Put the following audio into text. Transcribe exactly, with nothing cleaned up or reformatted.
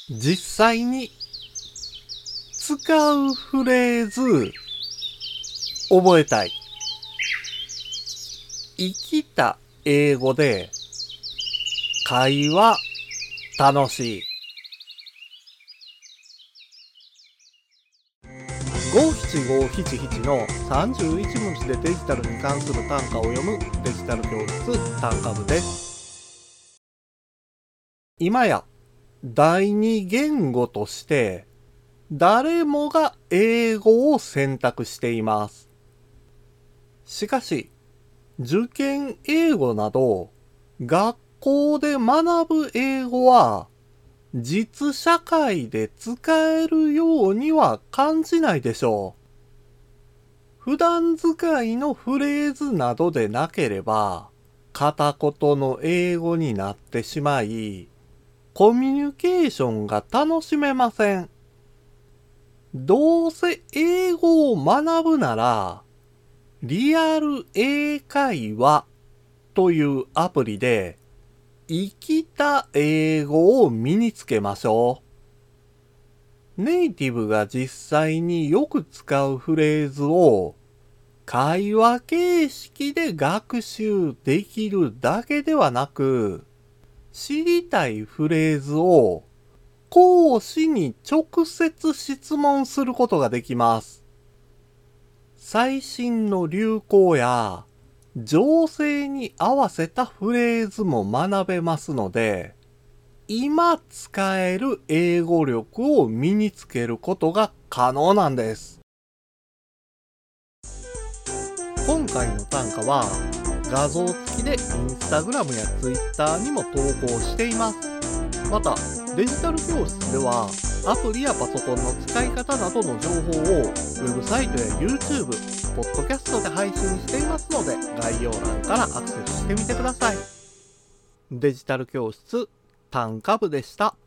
実際に使うフレーズ覚えたい。生きた英語で会話楽しい。ごしちごなななのさんじゅういち文字でデジタルに関する単価を読むデジタル教室単価部です。今や第二言語として誰もが英語を選択しています。しかし、受験英語など学校で学ぶ英語は実社会で使えるようには感じないでしょう。普段使いのフレーズなどでなければ片言の英語になってしまい、コミュニケーションが楽しめません。どうせ英語を学ぶなら、リアル英会話というアプリで生きた英語を身につけましょう。ネイティブが実際によく使うフレーズを会話形式で学習できるだけではなく、知りたいフレーズを講師に直接質問することができます。最新の流行や情勢に合わせたフレーズも学べますので、今使える英語力を身につけることが可能なんです。今回の単価は画像付きでインスタグラムやツイッターにも投稿しています。また、デジタル教室ではアプリやパソコンの使い方などの情報をウェブサイトや YouTube、ポッドキャストで配信していますので、概要欄からアクセスしてみてください。デジタル教室単価部でした。